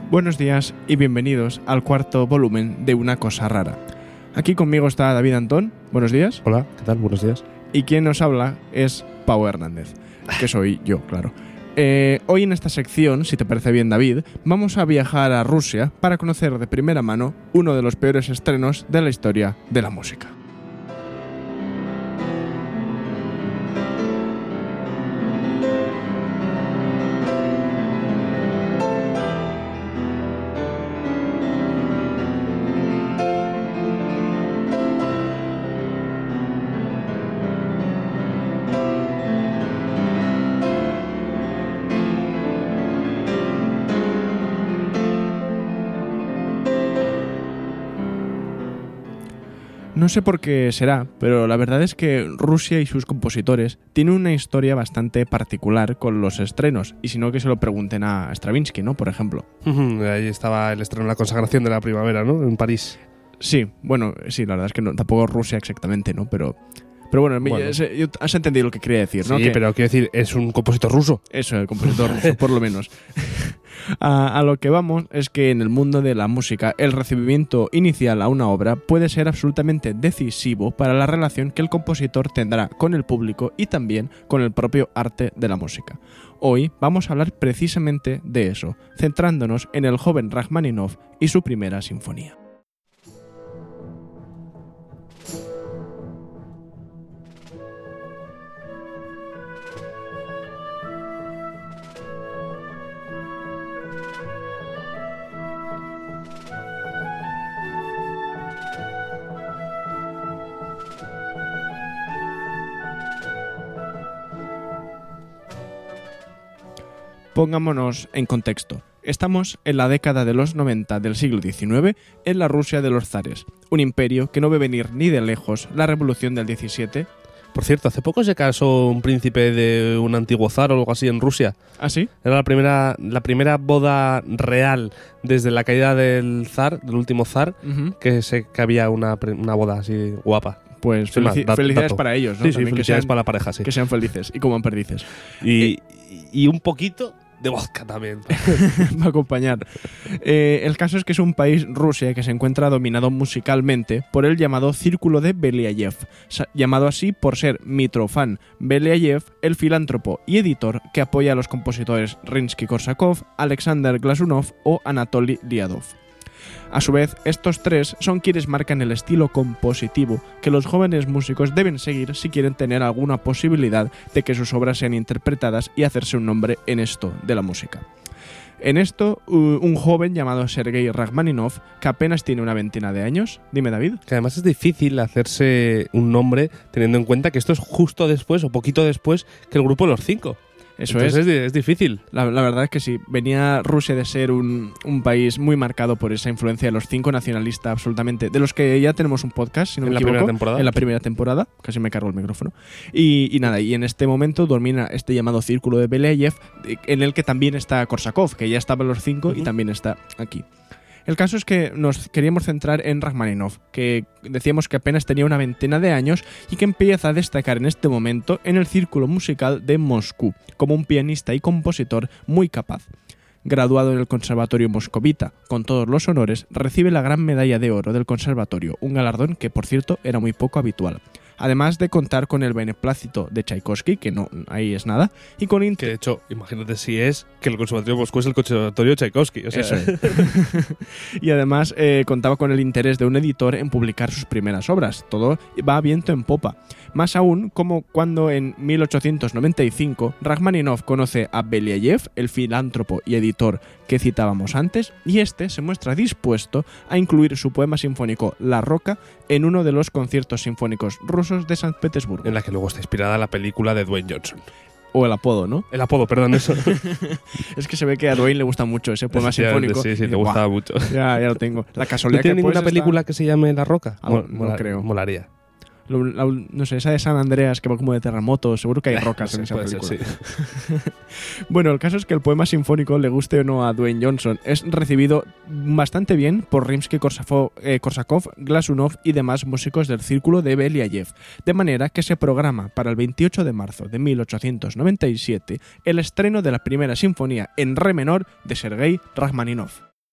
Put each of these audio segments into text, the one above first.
Buenos días y bienvenidos al cuarto volumen de Una Cosa Rara. Aquí conmigo está David Antón. Buenos días. Hola, ¿qué tal? Buenos días. Y quien nos habla es Pau Hernández, que soy yo, claro. Hoy en esta sección, si te parece bien, David, vamos a viajar a Rusia para conocer de primera mano uno de los peores estrenos de la historia de la música. No sé por qué será, pero la verdad es que Rusia y sus compositores tienen una historia bastante particular con los estrenos, y si no que se lo pregunten a Stravinsky, ¿no? Por ejemplo. Ahí estaba el estreno, la consagración de la primavera, ¿no? En París. Sí, bueno, sí, la verdad es que no, tampoco Rusia exactamente, ¿no? Pero bueno, has entendido lo que quería decir, ¿no? Sí, que, pero quiero decir, es un compositor ruso. Eso, el compositor ruso, por lo menos. A lo que vamos es que en el mundo de la música el recibimiento inicial a una obra puede ser absolutamente decisivo para la relación que el compositor tendrá con el público y también con el propio arte de la música. Hoy vamos a hablar precisamente de eso, centrándonos en el joven Rajmáninov y su primera sinfonía. Pongámonos en contexto. Estamos en la década de los 90 del siglo XIX en la Rusia de los zares, un imperio que no ve venir ni de lejos la revolución del 17. Por cierto, hace poco se casó un príncipe de un antiguo zar o algo así en Rusia. ¿Ah, sí? Era la primera boda real desde la caída del zar, del último zar, que había una boda así guapa. Pues felicidades para ellos, ¿no? Sí, También felicidades para la pareja, sí. Que sean felices y coman perdices. Y un poquito de vodka también. Va a acompañar. El caso es que es un país, Rusia, que se encuentra dominado musicalmente por el llamado Círculo de Beliayev, llamado así por ser Mitrofan Beliayev, el filántropo y editor que apoya a los compositores Rimsky-Korsakov, Alexander Glasunov o Anatoly Liadov. A su vez, estos tres son quienes marcan el estilo compositivo que los jóvenes músicos deben seguir si quieren tener alguna posibilidad de que sus obras sean interpretadas y hacerse un nombre en esto de la música. En esto, un joven llamado Sergei Rajmáninov, que apenas tiene una veintena de años. Dime, David. Que además es difícil hacerse un nombre teniendo en cuenta que esto es justo después o poquito después que el grupo Los Cinco. Eso entonces es difícil. La verdad es que sí. Venía Rusia de ser un país muy marcado por esa influencia de Los Cinco, nacionalista absolutamente, de los que ya tenemos un podcast, si no me equivoco. En la primera temporada. Casi me cargo el micrófono. Y nada, y en este momento domina este llamado Círculo de Beliayev, en el que también está Korsakov, que ya estaba en Los Cinco y también está aquí. El caso es que nos queríamos centrar en Rajmáninov, que decíamos que apenas tenía una veintena de años y que empieza a destacar en este momento en el círculo musical de Moscú, como un pianista y compositor muy capaz. Graduado en el Conservatorio Moscovita, con todos los honores, recibe la Gran Medalla de Oro del Conservatorio, un galardón que, por cierto, era muy poco habitual. Además de contar con el beneplácito de Tchaikovsky, que no, ahí es nada, y con... Que de hecho, imagínate si es que el Conservatorio de Moscú es el Conservatorio de Tchaikovsky. O sea. Eso es. Y además contaba con el interés de un editor en publicar sus primeras obras. Todo va a viento en popa. Más aún, como cuando en 1895 Rajmáninov conoce a Beliayev, el filántropo y editor que citábamos antes, y este se muestra dispuesto a incluir su poema sinfónico La Roca en uno de los conciertos sinfónicos rusos de San Petersburgo. En la que luego está inspirada la película de Dwayne Johnson. O el apodo, ¿no? El apodo, perdón, eso. Es que se ve que a Dwayne le gusta mucho ese poema sinfónico. Sí, le gustaba mucho. Ya lo tengo. La casualidad. ¿No tiene ninguna película que se llame La Roca? No creo. Molaría. No sé, esa de San Andreas que va como de terremotos, seguro que hay rocas en esa película. Ser, sí. Bueno, el caso es que el poema sinfónico, le guste o no a Dwayne Johnson, es recibido bastante bien por Rimsky-Korsakov, Glasunov y demás músicos del Círculo de Beliayev, de manera que se programa para el 28 de marzo de 1897 el estreno de la primera sinfonía en re menor de Sergei Rajmáninov.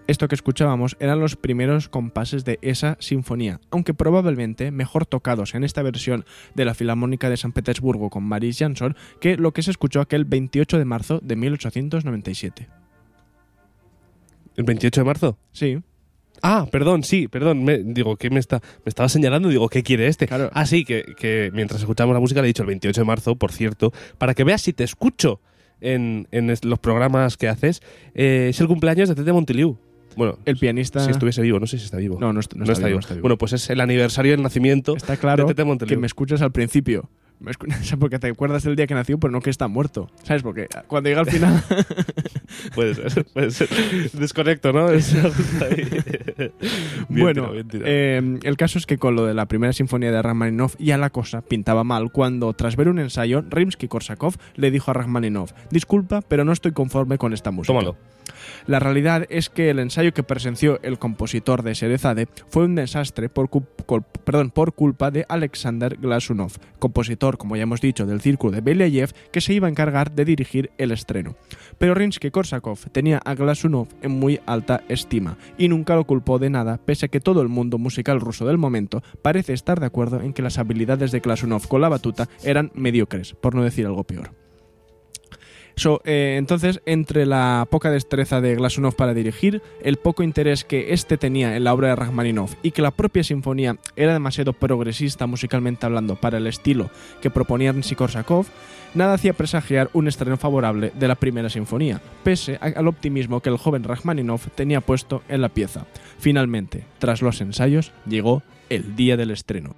Esto que escuchábamos eran los primeros compases de esa sinfonía, aunque probablemente mejor tocados en esta versión de la Filarmónica de San Petersburgo con Boris Jansson que lo que se escuchó aquel 28 de marzo de 1897. ¿El 28 de marzo? Sí. Ah, perdón. Digo, ¿qué me estaba señalando? Digo, ¿qué quiere este? Claro. Ah, sí, que mientras escuchamos la música le he dicho el 28 de marzo, por cierto, para que veas si te escucho en los programas que haces. Es el cumpleaños de Tete Montoliu. Bueno, el pianista... Si estuviese vivo, no sé si está vivo. No está vivo. Bueno, pues es el aniversario del nacimiento está claro de Tete Montoliu. Que me escuchas al principio. Porque te acuerdas del día que nació, pero no que está muerto. ¿Sabes? Porque cuando llega al final... puede ser. Desconecto, ¿no? Bueno, el caso es que con lo de la primera sinfonía de Rachmaninoff ya la cosa pintaba mal cuando, tras ver un ensayo, Rimsky-Korsakov le dijo a Rachmaninoff: disculpa, pero no estoy conforme con esta música. Tómalo. La realidad es que el ensayo que presenció el compositor de Sherezade fue un desastre por culpa de Alexander Glazunov, compositor, como ya hemos dicho, del círculo de Beliayev, que se iba a encargar de dirigir el estreno. Pero Rimsky-Korsakov tenía a Glazunov en muy alta estima y nunca lo culpó de nada, pese a que todo el mundo musical ruso del momento parece estar de acuerdo en que las habilidades de Glazunov con la batuta eran mediocres, por no decir algo peor. Entonces, entre la poca destreza de Glazunov para dirigir, el poco interés que éste tenía en la obra de Rachmaninoff y que la propia sinfonía era demasiado progresista musicalmente hablando para el estilo que proponía Rimsky-Korsakov, nada hacía presagiar un estreno favorable de la primera sinfonía, pese al optimismo que el joven Rachmaninoff tenía puesto en la pieza. Finalmente, tras los ensayos, llegó el día del estreno.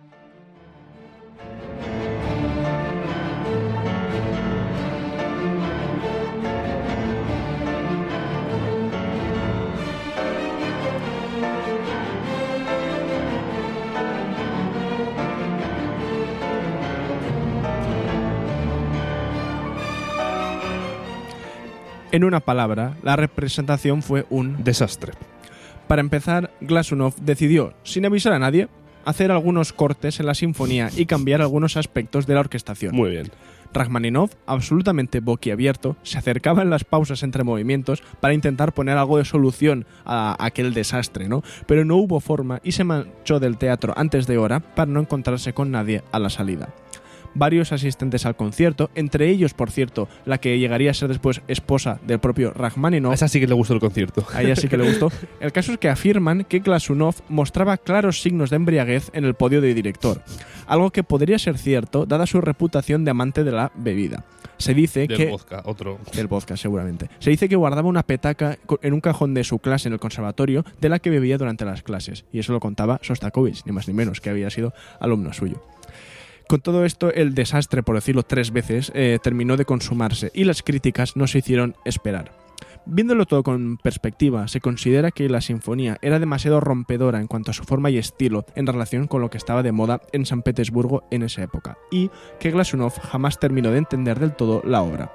En una palabra, la representación fue un desastre. Para empezar, Glazunov decidió, sin avisar a nadie, hacer algunos cortes en la sinfonía y cambiar algunos aspectos de la orquestación. Muy bien. Rachmaninoff, absolutamente boquiabierto, se acercaba en las pausas entre movimientos para intentar poner algo de solución a aquel desastre, ¿no? Pero no hubo forma y se marchó del teatro antes de hora para no encontrarse con nadie a la salida. Varios asistentes al concierto, entre ellos, por cierto, la que llegaría a ser después esposa del propio Rachmaninoff. A esa sí que le gustó el concierto. A ella sí que le gustó. El caso es que afirman que Glazunov mostraba claros signos de embriaguez en el podio de director, algo que podría ser cierto dada su reputación de amante de la bebida. Se dice del vodka, otro. Del vodka, seguramente. Se dice que guardaba una petaca en un cajón de su clase en el conservatorio de la que bebía durante las clases. Y eso lo contaba Sostakovich, ni más ni menos, que había sido alumno suyo. Con todo esto, el desastre, por decirlo 3 veces, terminó de consumarse y las críticas no se hicieron esperar. Viéndolo todo con perspectiva, se considera que la sinfonía era demasiado rompedora en cuanto a su forma y estilo en relación con lo que estaba de moda en San Petersburgo en esa época, y que Glazunov jamás terminó de entender del todo la obra.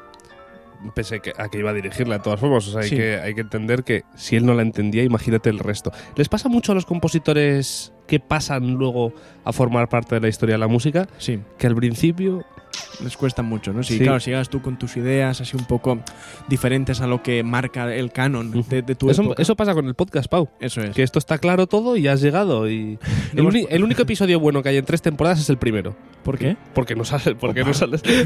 Pese a que iba a dirigirla de todas formas, o sea, sí. hay que entender que si él no la entendía, imagínate el resto. ¿Les pasa mucho a los compositores que pasan luego a formar parte de la historia de la música? Sí. Que al principio les cuesta mucho, ¿no? Sí, claro, si llegas tú con tus ideas así un poco diferentes a lo que marca el canon de tu época. Eso pasa con el podcast, Pau. Eso es. Que esto está claro todo y has llegado. Y el único episodio bueno que hay en 3 temporadas es el primero. ¿Por qué? Porque no sales. Porque no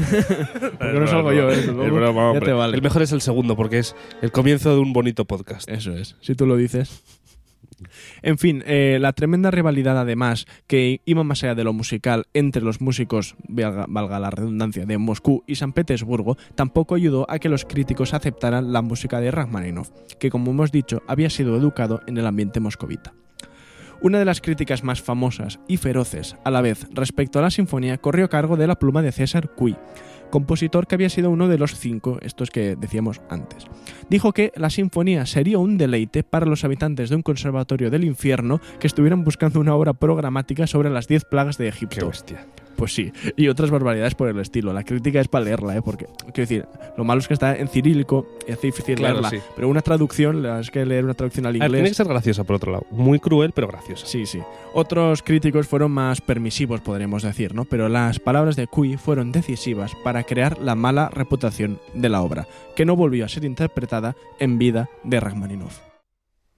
salgo yo, ya te vale. El mejor es el segundo, porque es el comienzo de un bonito podcast. Eso es. Si tú lo dices. En fin, la tremenda rivalidad, además, que iba más allá de lo musical entre los músicos, valga la redundancia, de Moscú y San Petersburgo, tampoco ayudó a que los críticos aceptaran la música de Rachmaninoff, que, como hemos dicho, había sido educado en el ambiente moscovita. Una de las críticas más famosas y feroces, a la vez, respecto a la sinfonía, corrió a cargo de la pluma de César Cui, compositor que había sido uno de los 5, estos que decíamos antes. Dijo que la sinfonía sería un deleite para los habitantes de un conservatorio del infierno que estuvieran buscando una obra programática sobre las 10 plagas de Egipto. ¡Qué bestia! Pues sí, y otras barbaridades por el estilo. La crítica es para leerla, porque, quiero decir, lo malo es que está en cirílico y hace difícil leerla, sí. Pero una traducción, es que leer una traducción al inglés... tiene que ser graciosa, por otro lado. Muy cruel, pero graciosa. Sí. Otros críticos fueron más permisivos, podríamos decir, ¿no? Pero las palabras de Cui fueron decisivas para crear la mala reputación de la obra, que no volvió a ser interpretada en vida de Rachmaninoff.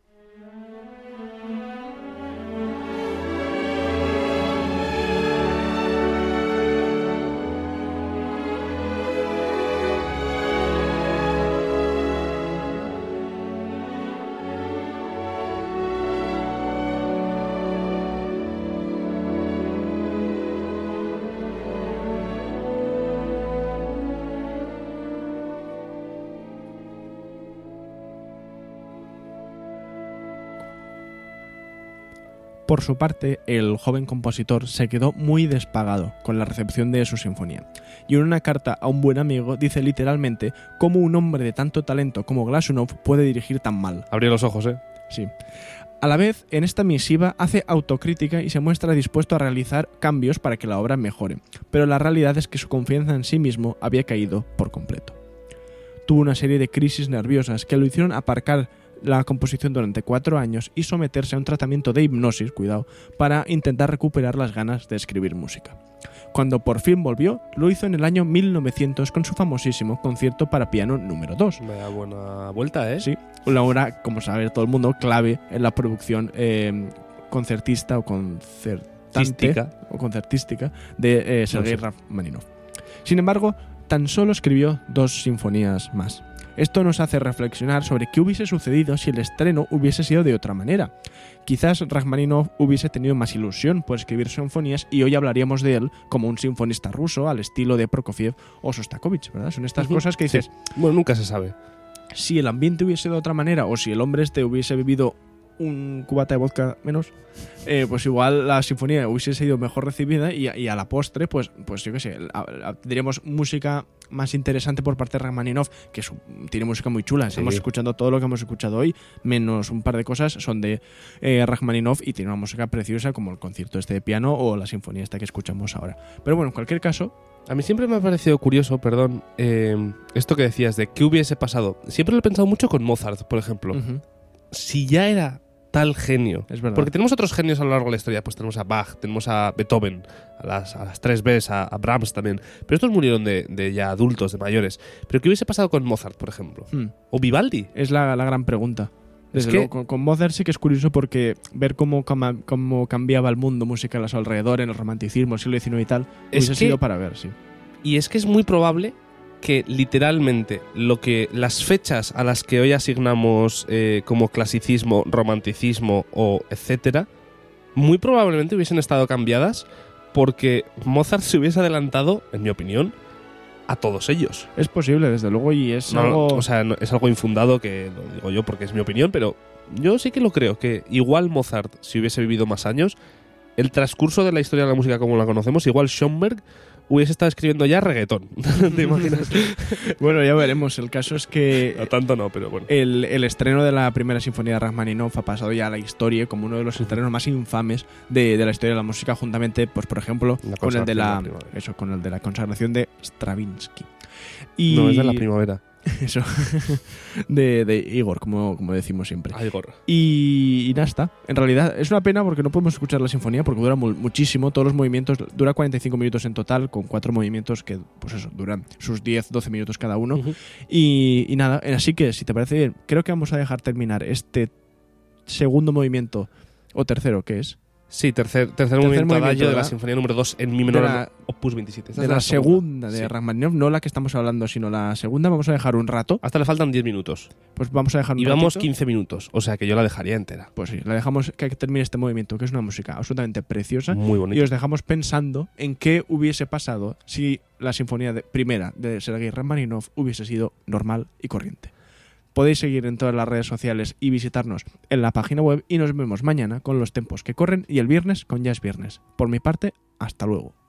Por su parte, el joven compositor se quedó muy despagado con la recepción de su sinfonía, y en una carta a un buen amigo dice literalmente cómo un hombre de tanto talento como Glazunov puede dirigir tan mal. Abrí los ojos, ¿eh? Sí. A la vez, en esta misiva hace autocrítica y se muestra dispuesto a realizar cambios para que la obra mejore, pero la realidad es que su confianza en sí mismo había caído por completo. Tuvo una serie de crisis nerviosas que lo hicieron aparcar la composición durante 4 años y someterse a un tratamiento de hipnosis, cuidado, para intentar recuperar las ganas de escribir música. Cuando por fin volvió, lo hizo en el año 1900 con su famosísimo concierto para piano número 2. Vaya buena vuelta, ¿eh? Sí, una obra, como sabe todo el mundo, clave en la producción concertista o concertística de Sergei Rachmaninoff. Sin embargo, tan solo escribió 2 sinfonías más. Esto nos hace reflexionar sobre qué hubiese sucedido si el estreno hubiese sido de otra manera. Quizás Rachmaninoff hubiese tenido más ilusión por escribir sinfonías y hoy hablaríamos de él como un sinfonista ruso al estilo de Prokofiev o Sostakovich, ¿verdad? Son estas cosas que dices... Sí. Bueno, nunca se sabe. Si el ambiente hubiese sido de otra manera o si el hombre hubiese vivido un cubata de vodka menos, pues igual la sinfonía hubiese sido mejor recibida y a la postre, pues yo qué sé, tendríamos música más interesante por parte de Rachmaninoff, que tiene música muy chula. Estamos escuchando todo lo que hemos escuchado hoy, menos un par de cosas son de Rachmaninoff y tiene una música preciosa como el concierto este de piano o la sinfonía esta que escuchamos ahora. Pero bueno, en cualquier caso... A mí siempre me ha parecido curioso, perdón, esto que decías de qué hubiese pasado. Siempre lo he pensado mucho con Mozart, por ejemplo. Si ya era tal genio. Es verdad. Porque tenemos otros genios a lo largo de la historia. Pues tenemos a Bach, tenemos a Beethoven, a las 3 Bs, a Brahms también. Pero estos murieron de ya adultos, de mayores. Pero ¿qué hubiese pasado con Mozart, por ejemplo? ¿O Vivaldi? Es la gran pregunta. Desde luego, con Mozart sí que es curioso porque ver cómo cambiaba el mundo musical a su alrededor en el romanticismo, el siglo XIX y tal, hubiese sido para ver, sí. Y es que es muy probable que literalmente las fechas a las que hoy asignamos como clasicismo, romanticismo o etcétera, muy probablemente hubiesen estado cambiadas porque Mozart se hubiese adelantado, en mi opinión, a todos ellos. Es posible, desde luego, y es algo... O sea, es algo infundado, que lo digo yo porque es mi opinión, pero yo sí que lo creo, que igual Mozart, si hubiese vivido más años, el transcurso de la historia de la música como la conocemos, igual Schoenberg hubiese estado escribiendo ya reggaetón. ¿Te imaginas? Bueno, ya veremos. El caso es que... No tanto no, pero bueno. El estreno de la primera sinfonía de Rachmaninoff ha pasado ya a la historia como uno de los estrenos más infames de la historia de la música, juntamente, pues por ejemplo, con el de la consagración de Stravinsky. No, es de la primavera. Eso, de Igor, como decimos siempre. Igor. Y nada, está. En realidad es una pena porque no podemos escuchar la sinfonía porque dura muchísimo. Todos los movimientos, dura 45 minutos en total, con 4 movimientos que, pues eso, duran sus 10-12 minutos cada uno. Y nada, así que si te parece bien, creo que vamos a dejar terminar este segundo movimiento, o tercero, ¿qué es? Sí, tercer movimiento adagio de la sinfonía número 2 en mi menor, opus 27. De la segunda de Rachmaninoff, no la que estamos hablando, sino la segunda. Vamos a dejar un rato. Hasta le faltan 10 minutos. Pues vamos a dejar un rato. Y vamos 15 minutos, o sea que yo la dejaría entera. Pues sí, la dejamos que termine este movimiento, que es una música absolutamente preciosa. Muy bonita. Y os dejamos pensando en qué hubiese pasado si la sinfonía primera de Sergei Rachmaninoff hubiese sido normal y corriente. Podéis seguir en todas las redes sociales y visitarnos en la página web y nos vemos mañana con los tempos que corren y el viernes con Ya es Viernes. Por mi parte, hasta luego.